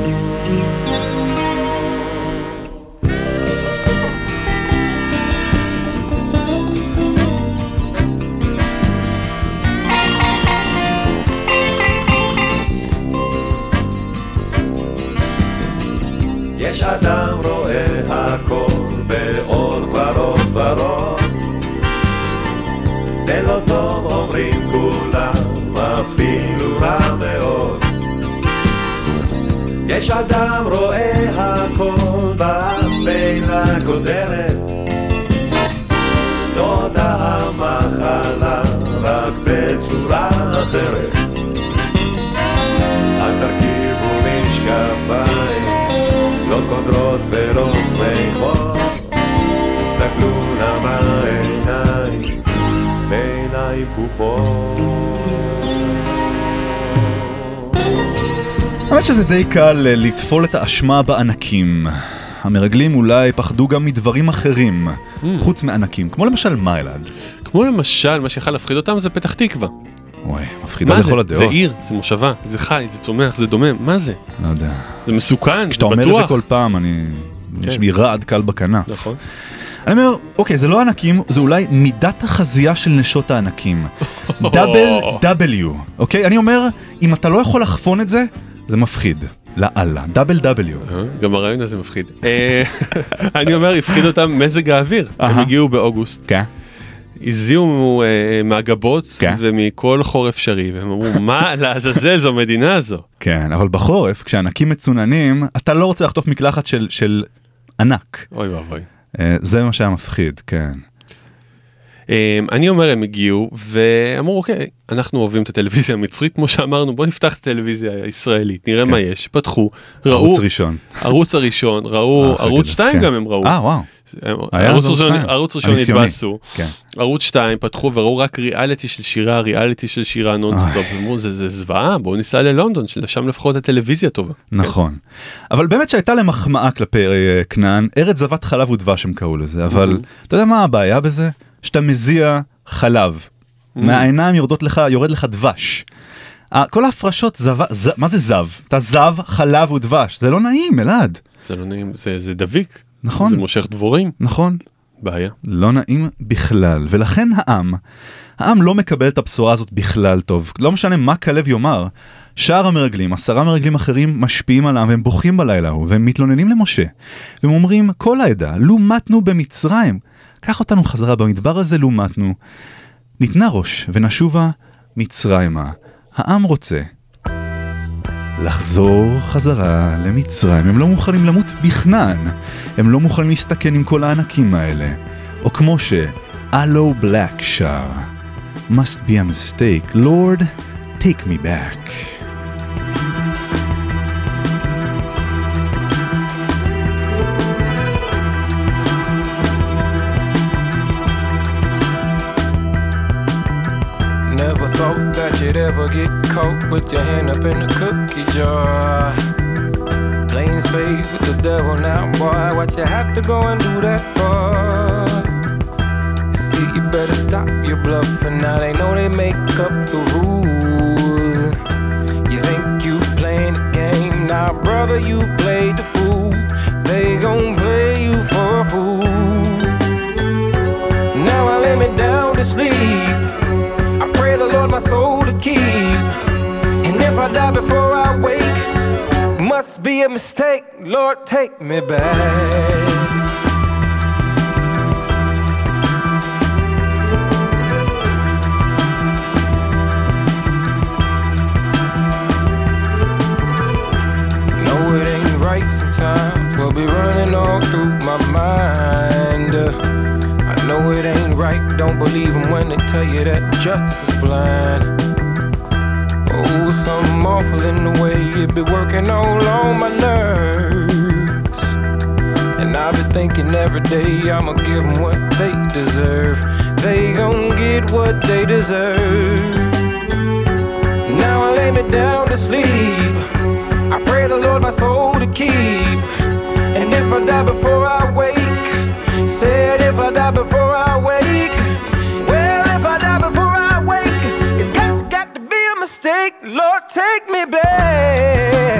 יש אדם רואה הכל באור ורוד ורוד, זה לא טוב אומרים כולם, אפילו רע מאוד. יש אדם רואה הכל באפלה קודרת, זאת המחלה רק בצורה אחרת. אל תרכיבו משקפיים, לא קודרות ולא שמחות, תסתכלו נא בעיניים, בעיניים פקוחות. האמת שזה די קל לטפול את האשמה בענקים. המרגלים אולי פחדו גם מדברים אחרים, חוץ מענקים, כמו למשל מה אלעד? כמו למשל, מה שיכל להפחיד אותם זה פתח תקווה. וואי, מפחידה לכל הדעות. זה עיר, זה מושבה, זה חי, זה צומח, זה דומם, מה זה? לא יודע. זה מסוכן, זה בטוח. כשאתה אומר את זה כל פעם, אני... יש לי רעד קל בכנף. נכון. אני אומר, אוקיי, זה לא ענקים, זה אולי מידת החזייה של נשות הענקים. דאבל דאבליו, אוקיי? אני אומר, אם אתה לא יכול לחפון את זה, זה מפחיד. לאללה, דאבל דאבליו. גם הרעיון הזה מפחיד. אני אומר, הפחיד אותם מזג האוויר. הם הגיעו באוגוסט. כן. הזיעו מהגבות ומכל חור אפשרי, והם אמרו, מה לעזאזל זו מדינה הזו? כן, אבל בחורף, כשענקים מצוננים, אתה לא רוצה לחטוף מקלחת של, של ענק. אוי ואבוי. זה מה שהיה מפחיד, כן. אני אומר, הם הגיעו, ואמרו, אוקיי, אנחנו אוהבים את הטלוויזיה המצרית, כמו שאמרנו, בוא נפתח את הטלוויזיה הישראלית, נראה מה יש, פתחו, ראו... ערוץ ראשון. ערוץ הראשון, ראו, ערוץ שתיים גם הם ראו. אה, וואו. ערוץ ראשון התבאסו, ערוץ שתיים פתחו וראו רק ריאליטי של שירה, ריאליטי של שירה נונסטופ, אמרו זה זוועה, בואו ניסע ללונדון, שם לפחות הטלוויזיה טובה. נכון, אבל באמת שהייתה להם מחמאה כלפי כנען, ארץ זבת חלב ודבש הם קראו לזה, אבל אתה יודע מה הבעיה בזה? שאתה מזיע חלב, מהעיניים יורדות לך, יורד לך דבש. כל ההפרשות, מה זה זב? אתה זב, חלב ודבש, זה לא נעים, אלעד. זה לא נעים, זה דביק. נכון. זה מושך דבורים. נכון. בעיה. לא נעים בכלל, ולכן העם, העם לא מקבל את הבשורה הזאת בכלל טוב. לא משנה מה כלב יאמר. שאר המרגלים, עשרה מרגלים אחרים משפיעים עליו, והם בוכים בלילה הוא, והם מתלוננים למשה. והם אומרים, כל העדה, לו מתנו במצרים. קח אותנו חזרה במדבר הזה, לו מתנו. ניתנה ראש, ונשובה מצרימה. העם רוצה לחזור חזרה למצרים. הם לא מוכנים למות בכנען. הם לא מוכנים להסתכן עם כל הענקים האלה. או כמו שאלו בלק שר, must be a mistake, Lord, take me back. Never thought that you'd ever get caught with your hand up in the cookie jar. Playing spades with the devil now, boy, what you have to go and do that for? See, you better stop your bluffing now, they know they make up the rules. You think you playing the game, now brother, you played the fool. They gon' play you for a fool. Now I lay me down to sleep, I pray the Lord my soul to keep. And if I die before I wake, must be a mistake, Lord, take me back. No, it ain't right sometimes, will be running all through my mind. I know it ain't right, don't believe them when they tell you that justice is blind. Oh, something awful in the way it be working all on my nerves. every day I'ma give them what they deserve. They gon' get what they deserve. Now I lay me down to sleep. I pray the Lord my soul to keep. And if I die before I wake, said if I die before I wake, well if I die before I wake, it's got to, got to be a mistake. Lord, take me back.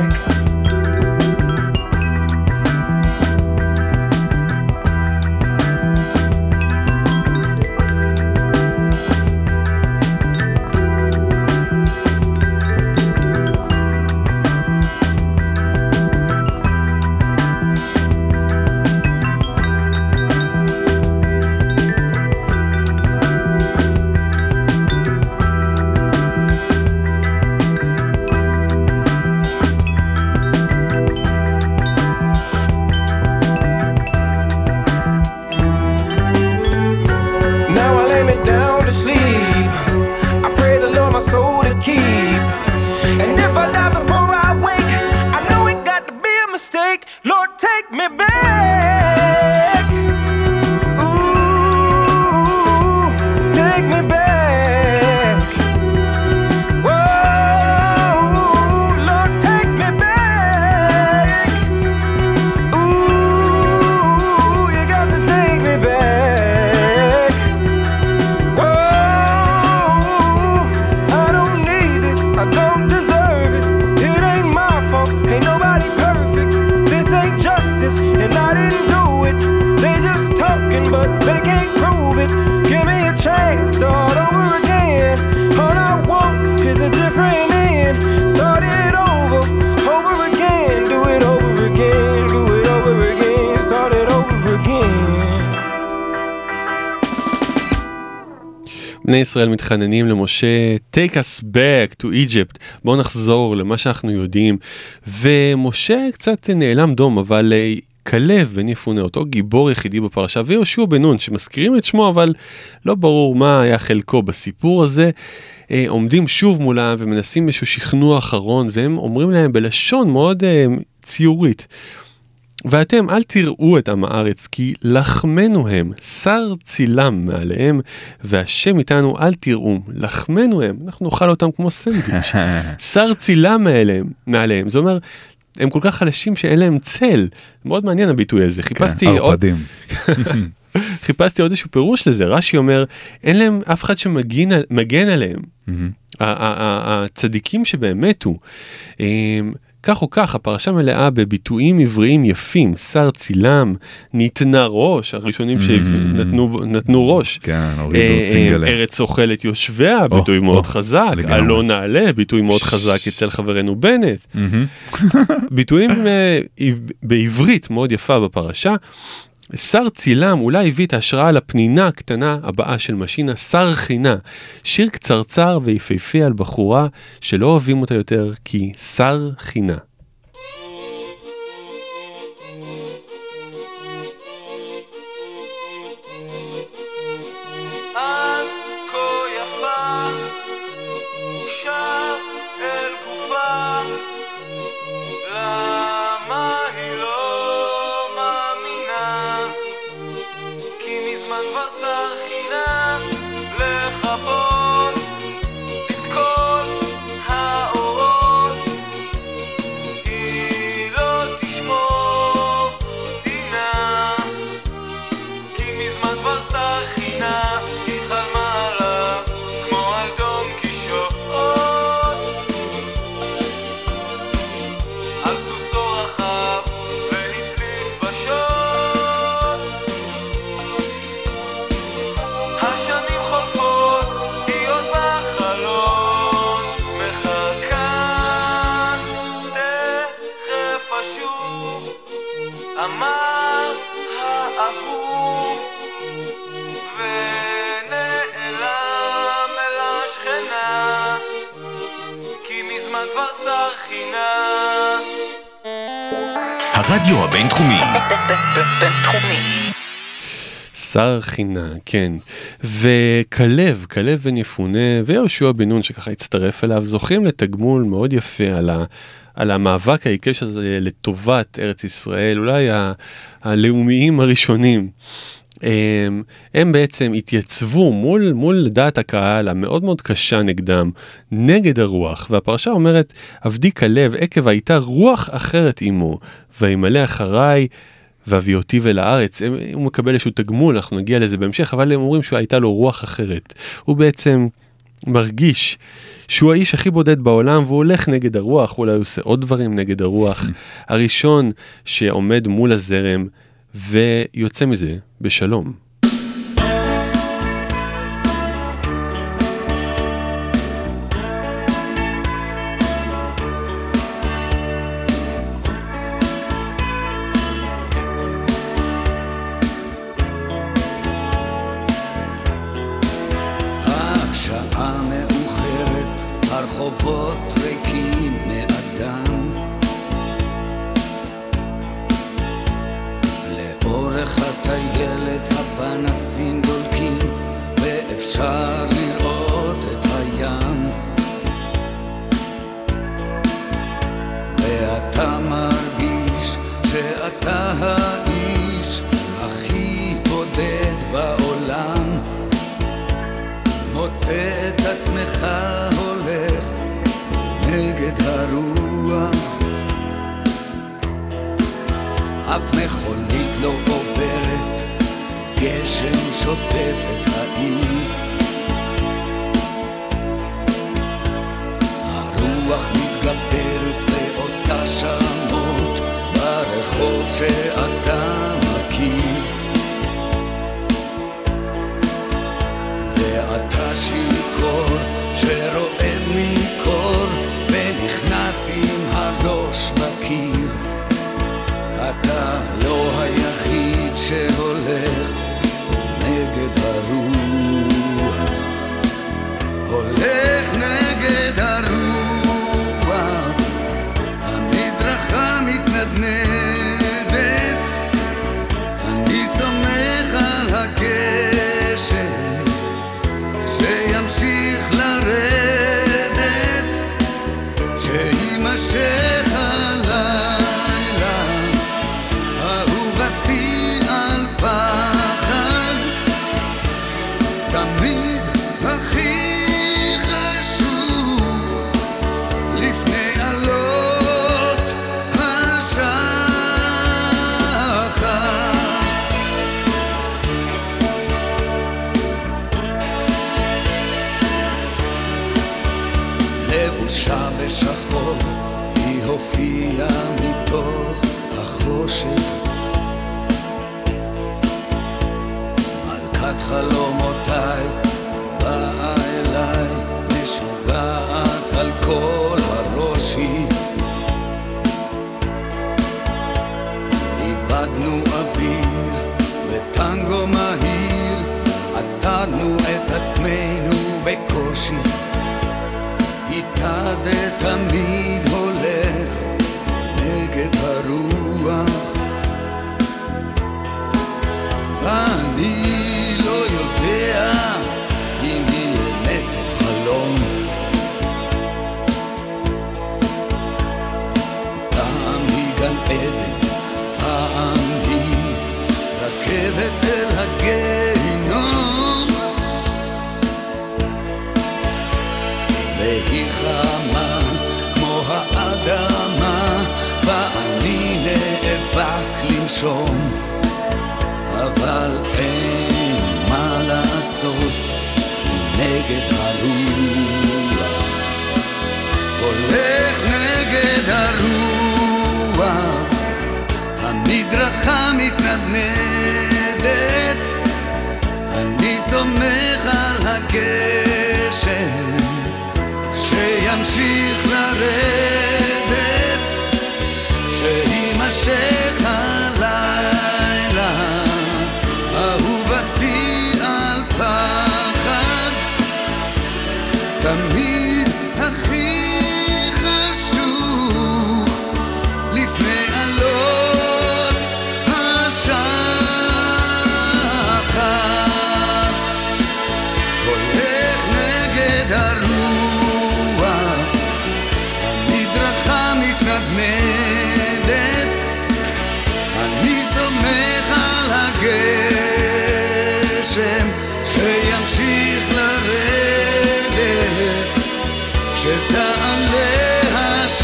בני ישראל מתחננים למשה, take us back to Egypt, בואו נחזור למה שאנחנו יודעים, ומשה קצת נעלם דום, אבל כלב בן יפונה, אותו גיבור יחידי בפרשה, ויהושע בן נון, שמזכירים את שמו, אבל לא ברור מה היה חלקו בסיפור הזה, עומדים שוב מולם ומנסים איזשהו שכנוע אחרון, והם אומרים להם בלשון מאוד ציורית, ואתם אל תראו את עם הארץ, כי לחמנו הם, שר צילם מעליהם, והשם איתנו אל תראו, לחמנו הם, אנחנו נאכל אותם כמו סנדוויץ', שר צילם מעליהם, מעליהם, זה אומר, הם כל כך חלשים שאין להם צל, מאוד מעניין הביטוי הזה, חיפשתי עוד... חיפשתי עוד איזשהו פירוש לזה, רש"י אומר, אין להם אף אחד שמגן עליהם, הצדיקים שבאמת הוא, כך או כך, הפרשה מלאה בביטויים עבריים יפים, שר צילם, ניתנה ראש, הראשונים שנתנו ראש, ארץ אוכלת יושביה, ביטוי מאוד חזק, אלון נעלה, ביטוי מאוד חזק אצל חברנו בנט, ביטויים בעברית מאוד יפה בפרשה, שר צילם אולי הביא את ההשראה לפנינה הקטנה הבאה של משינה, שר חינה, שיר קצרצר ויפהפה על בחורה שלא אוהבים אותה יותר כי שר חינה. הרדיו הבינתחומי. בינתחומי. שר חינה, כן. וכלב, כלב בן יפונה, ויהושע בן נון שככה הצטרף אליו, זוכים לתגמול מאוד יפה על על המאבק העיקש הזה לטובת ארץ ישראל, אולי ה- הלאומיים הראשונים. הם, הם בעצם התייצבו מול, מול דעת הקהל המאוד מאוד קשה נגדם, נגד הרוח, והפרשה אומרת, עבדי כלב, עקב הייתה רוח אחרת עמו, וימלא אחריי, ואביא אותי ולארץ. הם, הוא מקבל איזשהו תגמול, אנחנו נגיע לזה בהמשך, אבל הם אומרים שהייתה לו רוח אחרת. הוא בעצם מרגיש שהוא האיש הכי בודד בעולם, והוא הולך נגד הרוח, אולי הוא עושה עוד דברים נגד הרוח. הראשון שעומד מול הזרם, ויוצא מזה בשלום. השעה מאוחרת, הרחובות ריקים מאדם, לאורך הטיילת הפנסים דולקים, ואפשר לראות את הים, ואתה מרגיש שאתה האיש הכי בודד בעולם, מוצא את עצמך הולך נגד הרוח, אף מכונית לא עוברת, גשם שוטף את העיר, הרוח מתגברת ועושה שמות ברחוב שאתה מכיר, ואתה שיכור שרועד מקור ונכנס עם הראש בקיר, אתה לא היחיד שהולך נגד הרוח, הולך נגד הרוח, המדרכה מתנדנדת, אני סומך על הגשם שימשיך לרדת, שימשך הלילה, אהובתי על פחד, תמיד הכי חשוב, לפני עלות השחר. לבושה בשחור, היא הופיעה מתוך החושך, מלכת חלומותיי באה אליי, משוגעת על כל הראש היא, איבדנו אוויר בטנגו מהיר, עצרנו את עצמנו בקושי, איתה זה תמיד הולך נגד הרוח, ואני לא יודע אם היא אמת או חלום, פעם היא גן עדן, פעם היא רכבת אל הגיהינום, והיא חמה כמו האדמה, ואני נאבק לנשום, אבל אין מה לעשות נגד הרוח, הולך נגד הרוח, המדרכה מתנדנדת, אני סומך על הגשם שימשיך לרדת, שימשך הלילה, אהובתי על פחד, תמיד הכי חשוב, לפני עלות השחר, הולך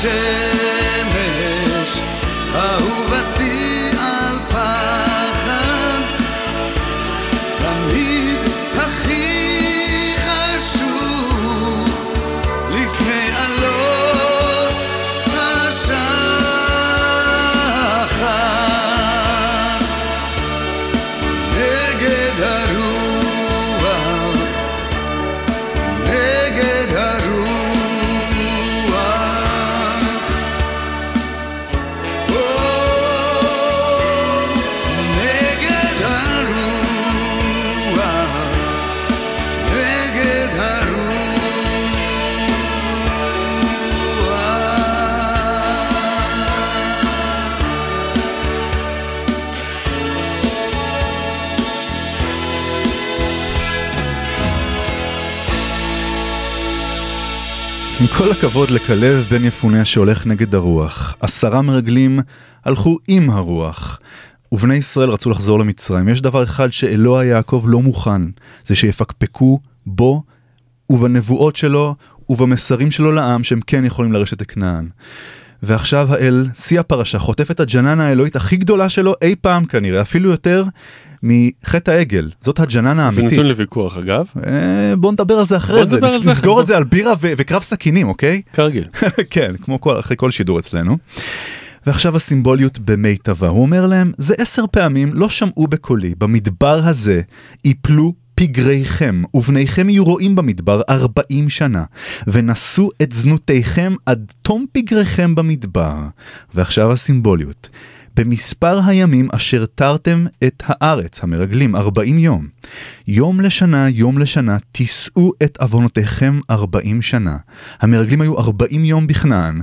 השמש, אהובתי על פחד, תמיד הכי חשוך לפני עלות השחר, נגד הרוח, נגד הרוח, או, נגד הרוח, נגד הרוח. עם כל הכבוד לכלב בן יפונה שהולך נגד הרוח, עשרה מרגלים הלכו עם הרוח, ובני ישראל רצו לחזור למצרים. יש דבר אחד שאלוה יעקב לא מוכן, זה שיפקפקו בו ובנבואות שלו ובמסרים שלו לעם שהם כן יכולים לרשת את כנען. ועכשיו האל, שיא הפרשה, חוטף את הג'ננה האלוהית הכי גדולה שלו אי פעם כנראה, אפילו יותר מחטא העגל. זאת הג'ננה האמיתית. זה נתון לוויכוח אגב. אה, בוא נדבר על זה אחרי זה, נסגור את זה על בירה ו- וקרב סכינים, אוקיי? כרגיל. כן, כמו כל, אחרי כל שידור אצלנו. ועכשיו הסימבוליות במיטבה, הוא אומר להם, זה עשר פעמים לא שמעו בקולי, במדבר הזה יפלו פגריכם, ובניכם יהיו רואים במדבר ארבעים שנה, ונשאו את זנותיכם עד תום פגריכם במדבר. ועכשיו הסימבוליות, במספר הימים אשר תרתם את הארץ, המרגלים, ארבעים יום. יום לשנה, יום לשנה, תישאו את אבונותיכם ארבעים שנה. המרגלים היו ארבעים יום בכנען,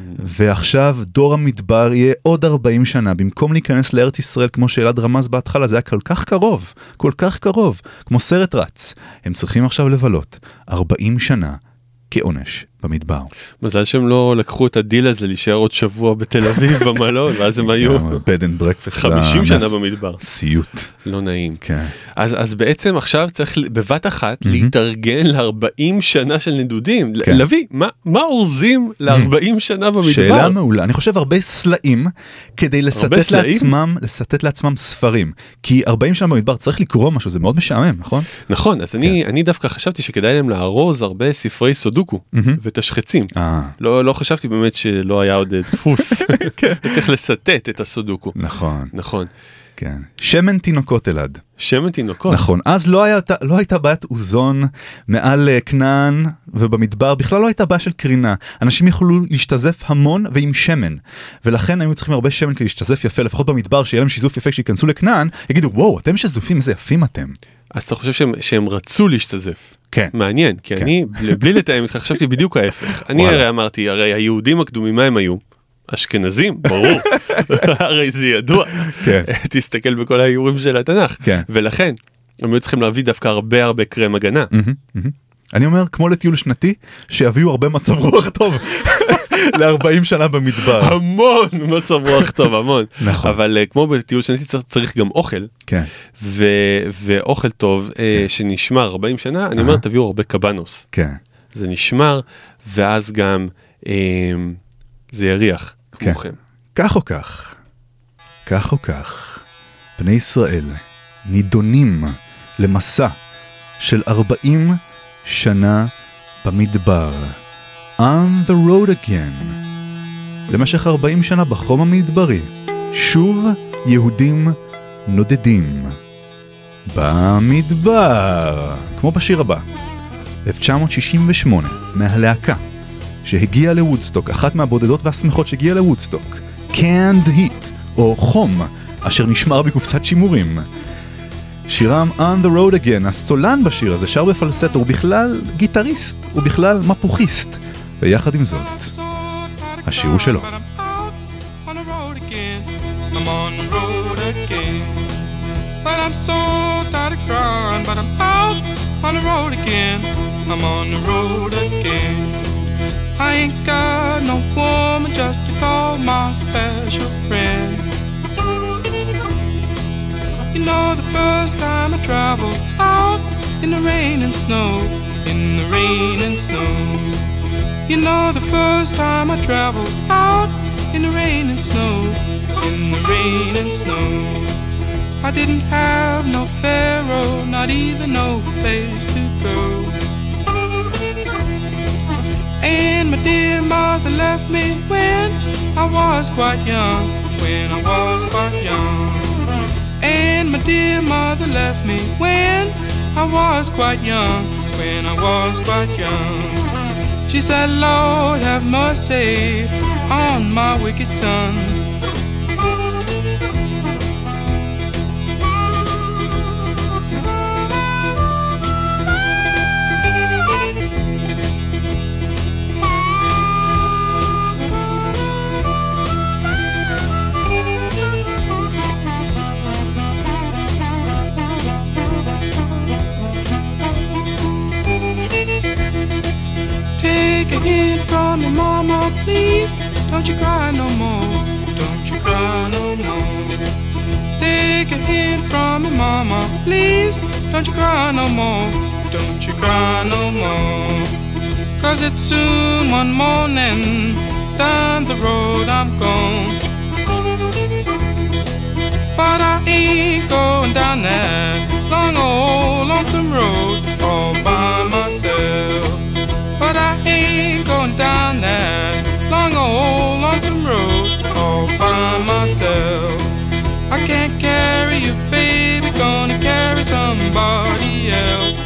ועכשיו דור המדבר יהיה עוד ארבעים שנה. במקום להיכנס לארץ ישראל, כמו שאלעד רמז בהתחלה, זה היה כל כך קרוב, כל כך קרוב, כמו סרט רץ. הם צריכים עכשיו לבלות ארבעים שנה כעונש במדבר. מזל שהם לא לקחו את הדיל הזה להישאר עוד שבוע בתל אביב במלון, ואז הם היו bed and breakfast חמישים שנה במדבר. סיוט. לא נעים. כן. אז, אז בעצם עכשיו צריך בבת אחת להתארגן ל-ארבעים שנה של נדודים. כן. להביא, מה, מה אורזים ל-ארבעים שנה במדבר? שאלה מעולה. אני חושב הרבה סלעים כדי לסתת לעצמם, לסתת לעצמם ספרים. כי ארבעים שנה במדבר צריך לקרוא משהו, זה מאוד משעמם, נכון? נכון, אז אני, אני דווקא חשבתי שכדאי להם לארוז הרבה ספרי סודוקו ותשחצים. לא, לא חשבתי באמת שלא היה עוד דפוס. צריך לסתת את הסודוקו. נכון. נכון. כן. שמן תינוקות אלעד. שמן תינוקות. נכון. אז לא הייתה, לא הייתה בעיית אוזון מעל כנען ובמדבר, בכלל לא הייתה בעיה של קרינה. אנשים יכולו להשתזף המון ועם שמן. ולכן היו צריכים הרבה שמן כדי להשתזף יפה, לפחות במדבר, שיהיה להם שיזוף יפה כשיכנסו לכנען, יגידו, וואו, אתם שזופים, איזה יפים אתם. אז אתה חושב שהם, שהם רצו להשתזף. כן. מעניין, כי כן. אני, בלי לתאם איתך, חשבתי בדיוק ההפך. אני הרי אמרתי, הרי היהודים הקדומים, מה הם היו? אשכנזים, ברור. הרי זה ידוע. כן. תסתכל בכל האיורים של התנ"ך. כן. ולכן, הם היו צריכים להביא דווקא הרבה הרבה קרם הגנה. אני אומר, כמו לטיול שנתי, שיביאו הרבה מצב רוח טוב ל-ארבעים שנה במדבר. המון מצב רוח טוב, המון. נכון. אבל כמו בטיול שנתי צריך גם אוכל. כן. ואוכל טוב שנשמר ארבעים שנה, אני אומר, תביאו הרבה קבנוס. כן. זה נשמר, ואז גם זה יריח כמוכם. כך או כך, כך או כך, בני ישראל נידונים למסע של ארבעים שנה במדבר. On the road again. למשך ארבעים שנה בחום המדברי. שוב יהודים נודדים. במדבר. כמו בשיר הבא. אלף תשע מאות שישים ושמונה, מהלהקה שהגיעה לוודסטוק, אחת מהבודדות והשמחות שהגיעה לוודסטוק. Canned Heat, או חום, אשר נשמר בקופסת שימורים. שירם On the Road Again, הסולן בשיר הזה שר בפלסטו, הוא בכלל גיטריסט, הוא בכלל מפוכיסט, ויחד עם זאת, השיר הוא שלו. I'm on the road again. Well, I'm so tired of crying, but I'm out on the road again. I'm on the road again. I ain't got no woman just to call my special friend. You know, the first time I traveled out in the rain and snow, in the rain and snow, You know, the first time I traveled out in the rain and snow, in the rain and snow, I didn't have no pharaoh, not even no place to go. And my dear mother left me when I was quite young, when I was quite young. And my dear mother left me when I was quite young, when I was quite young. She said, Lord, have mercy on my wicked son. Take a hint from your mama, please. Don't you cry no more. Don't you cry no more. Take a hint from your mama, please. Don't you cry no more. Don't you cry no more. Cause it's soon one morning. Down the road I'm gone. But I ain't going down that long old lonesome road all by myself. But I ain't going down that long old lonesome road all by myself. I can't carry you, baby, gonna carry somebody else.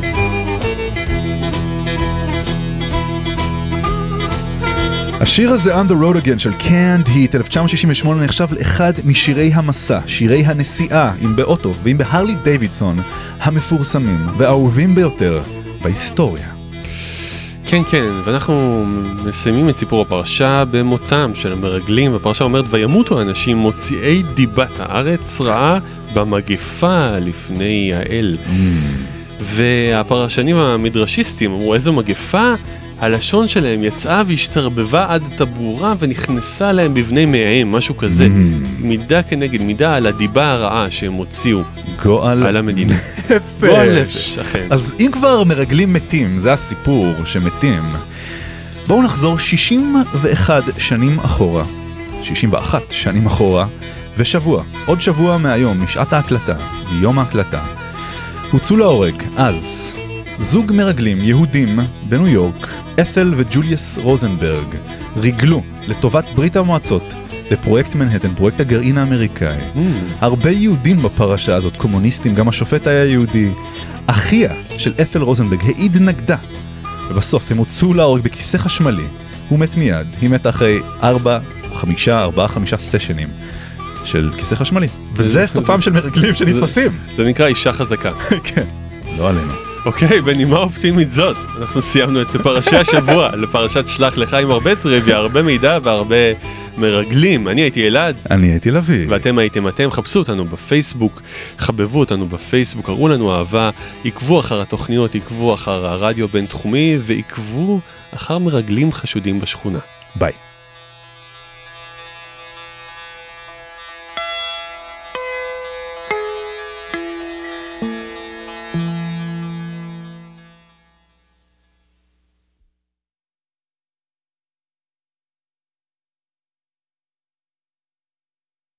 השיר הזה On the Road Again של Canned Heat אלף תשע מאות שישים ושמונה נחשב לאחד משירי המסע, שירי הנסיעה, אם באוטו ואם בהרלי דיווידסון, המפורסמים והאהובים ביותר בהיסטוריה. כן, כן, ואנחנו מסיימים את סיפור הפרשה במותם של המרגלים. הפרשה אומרת, וימותו אנשים מוציאי דיבת הארץ רעה במגפה לפני האל. Mm. והפרשנים המדרשיסטים אמרו, איזו מגפה? הלשון שלהם יצאה והשתרבבה עד טבורה ונכנסה להם בבני מאיהם, משהו כזה. Mm. מידה כנגד מידה על הדיבה הרעה שהם הוציאו גועל על המדינה. נפש. גועל נפש, אכן. אז אם כבר מרגלים מתים, זה הסיפור שמתים, בואו נחזור שישים ואחת שנים אחורה, שישים ואחת שנים אחורה, ושבוע, עוד שבוע מהיום, משעת ההקלטה, מיום ההקלטה, הוצאו להורג אז זוג מרגלים יהודים בניו יורק, את'ל וג'וליוס רוזנברג, ריגלו לטובת ברית המועצות לפרויקט מנהטן, פרויקט הגרעין האמריקאי. Mm. הרבה יהודים בפרשה הזאת, קומוניסטים, גם השופט היה יהודי. אחיה של את'ל רוזנברג העיד נגדה, ובסוף הם הוצאו להורג בכיסא חשמלי. הוא מת מיד, היא מת אחרי ארבע, חמישה, ארבעה, חמישה סשנים של כיסא חשמלי. וזה סופם של מרגלים שנתפסים. זה נקרא אישה חזקה. כן, לא עלינו. אוקיי, בנימה אופטימית זאת, אנחנו סיימנו את פרשי השבוע לפרשת שלח לך עם הרבה טריוויה, הרבה מידע והרבה מרגלים. אני הייתי אלעד. אני הייתי לוי. ואתם הייתם אתם. חפשו אותנו בפייסבוק, חבבו אותנו בפייסבוק, קראו לנו אהבה, עקבו אחר התוכניות, עקבו אחר הרדיו בינתחומי, ועקבו אחר מרגלים חשודים בשכונה. ביי.